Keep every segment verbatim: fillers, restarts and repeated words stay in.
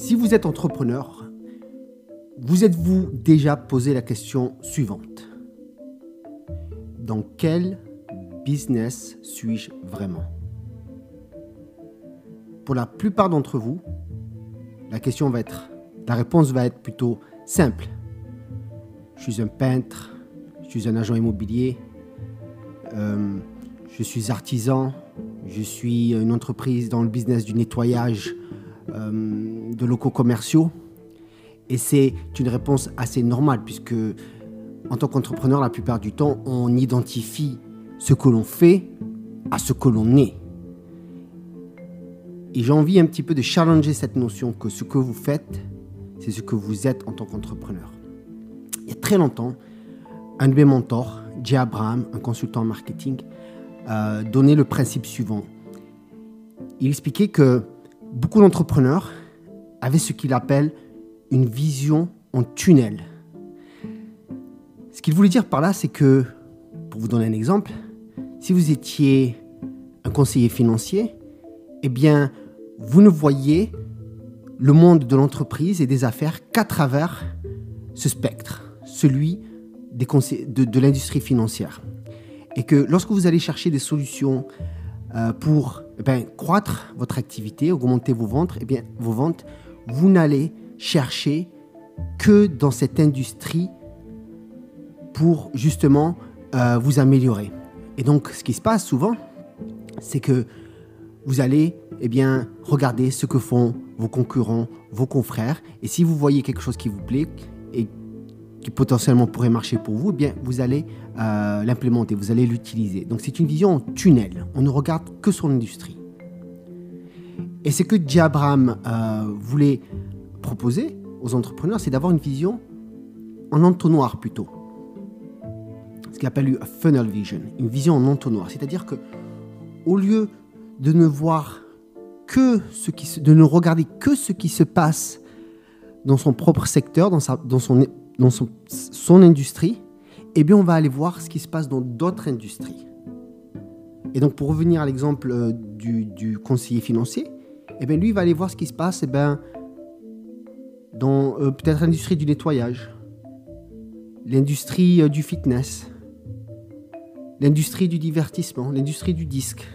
Si vous êtes entrepreneur, vous êtes-vous déjà posé la question suivante? Dans quel business suis-je vraiment? Pour la plupart d'entre vous, la question va être, la réponse va être plutôt simple. Je suis un peintre, je suis un agent immobilier, euh, je suis artisan, je suis une entreprise dans le business du nettoyage euh, de locaux commerciaux. Et c'est une réponse assez normale puisque en tant qu'entrepreneur, la plupart du temps, on identifie ce que l'on fait à ce que l'on est. Et j'ai envie un petit peu de challenger cette notion que ce que vous faites, c'est ce que vous êtes en tant qu'entrepreneur. Il y a très longtemps, un de mes mentors, Jay Abraham, un consultant en marketing, euh, donnait le principe suivant. Il expliquait que beaucoup d'entrepreneurs avaient ce qu'il appelle une vision en tunnel. Ce qu'il voulait dire par là, c'est que, pour vous donner un exemple, si vous étiez un conseiller financier, eh bien, vous ne voyez le monde de l'entreprise et des affaires qu'à travers ce spectre, celui des conseils, de, de l'industrie financière. Et que lorsque vous allez chercher des solutions euh, pour eh bien, croître votre activité, augmenter vos ventes, eh bien, vos ventes, vous n'allez chercher que dans cette industrie pour justement euh, vous améliorer. Et donc, ce qui se passe souvent, c'est que vous allez eh bien, regarder ce que font vos concurrents, vos confrères. Et si vous voyez quelque chose qui vous plaît et qui potentiellement pourrait marcher pour vous, eh bien, vous allez euh, l'implémenter, vous allez l'utiliser. Donc, c'est une vision en tunnel. On ne regarde que son industrie. Et ce que Jay Abraham euh, voulait proposer aux entrepreneurs, c'est d'avoir une vision en entonnoir plutôt. Ce qu'il appelle un funnel vision, une vision en entonnoir. C'est-à-dire que au lieu de ne voir que ce qui se, de ne regarder que ce qui se passe dans son propre secteur, dans, sa, dans, son, dans son, son industrie, eh bien on va aller voir ce qui se passe dans d'autres industries. Et donc pour revenir à l'exemple euh, du, du conseiller financier, eh bien lui il va aller voir ce qui se passe eh bien, dans euh, peut-être l'industrie du nettoyage, l'industrie euh, du fitness, l'industrie du divertissement, l'industrie du disque.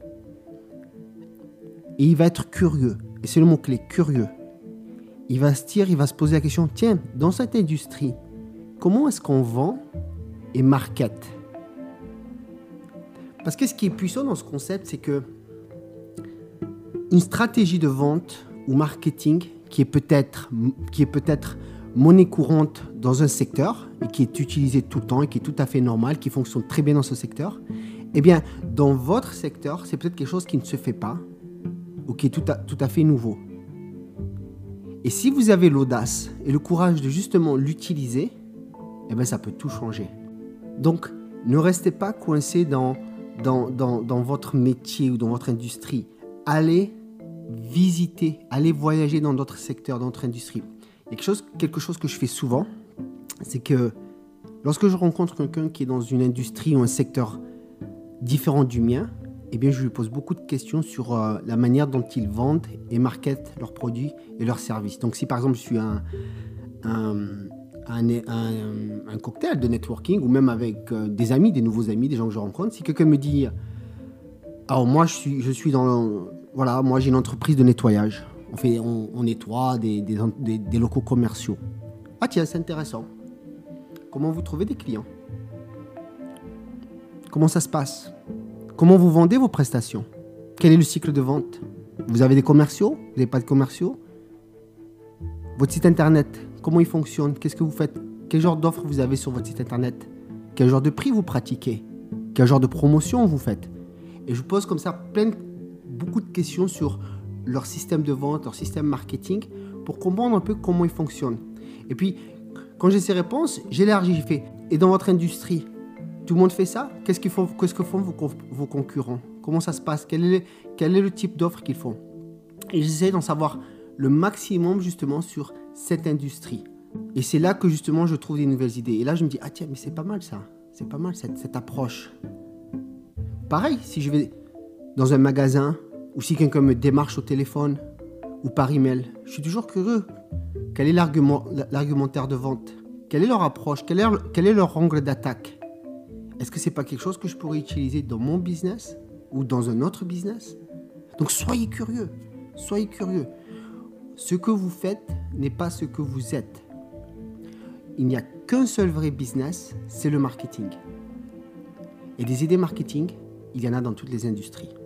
Et il va être curieux. Et c'est le mot-clé, curieux. Il va se dire, il va se poser la question, tiens, dans cette industrie, comment est-ce qu'on vend et market? Parce que ce qui est puissant dans ce concept, c'est que une stratégie de vente ou marketing qui est peut-être, qui est peut-être monnaie courante dans un secteur et qui est utilisée tout le temps et qui est tout à fait normal, qui fonctionne très bien dans ce secteur, eh bien, dans votre secteur, c'est peut-être quelque chose qui ne se fait pas ou qui est tout à, tout à fait nouveau. Et si vous avez l'audace et le courage de justement l'utiliser, eh bien, ça peut tout changer. Donc, ne restez pas coincé dans, dans, dans, dans votre métier ou dans votre industrie. Allez visiter, allez voyager dans d'autres secteurs, dans d'autres industries. Il y a quelque chose, quelque chose que je fais souvent, c'est que lorsque je rencontre quelqu'un qui est dans une industrie ou un secteur différent du mien, eh bien, je lui pose beaucoup de questions sur euh, la manière dont ils vendent et marketent leurs produits et leurs services. Donc, si par exemple, je suis un, un, un, un, un cocktail de networking ou même avec euh, des amis, des nouveaux amis, des gens que je rencontre, si quelqu'un me dit « Alors, moi, je suis, je suis dans... Le, voilà, moi, j'ai une entreprise de nettoyage. On, fait, on, on nettoie des, des, des, des locaux commerciaux. Ah tiens, c'est intéressant. Comment vous trouvez des clients? Comment ça se passe? Comment vous vendez vos prestations? Quel est le cycle de vente? Vous avez des commerciaux? Vous n'avez pas de commerciaux? Votre site internet, comment il fonctionne? Qu'est-ce que vous faites? Quel genre d'offres vous avez sur votre site internet? Quel genre de prix vous pratiquez? Quel genre de promotion vous faites? Et je vous pose comme ça plein, beaucoup de questions sur leur système de vente, leur système marketing, pour comprendre un peu comment ils fonctionnent. Et puis, quand j'ai ces réponses, j'élargis, j'ai fait, et dans votre industrie, tout le monde fait ça? Qu'est-ce qu'ils font, qu'est-ce que font vos, vos concurrents? Comment ça se passe? Quel est, quel est le type d'offre qu'ils font? Et j'essaie d'en savoir le maximum justement sur cette industrie. Et c'est là que justement je trouve des nouvelles idées. Et là je me dis, ah tiens, mais c'est pas mal ça. C'est pas mal cette, cette approche. Pareil, si je vais dans un magasin ou si quelqu'un me démarche au téléphone ou par email. Je suis toujours curieux. Quel est l'argument, l'argumentaire de vente? Quelle est leur approche? Quel est, quel est leur angle d'attaque? Est-ce que c'est pas quelque chose que je pourrais utiliser dans mon business ou dans un autre business? Donc soyez curieux, soyez curieux. Ce que vous faites n'est pas ce que vous êtes. Il n'y a qu'un seul vrai business, c'est le marketing. Et des idées marketing, il y en a dans toutes les industries.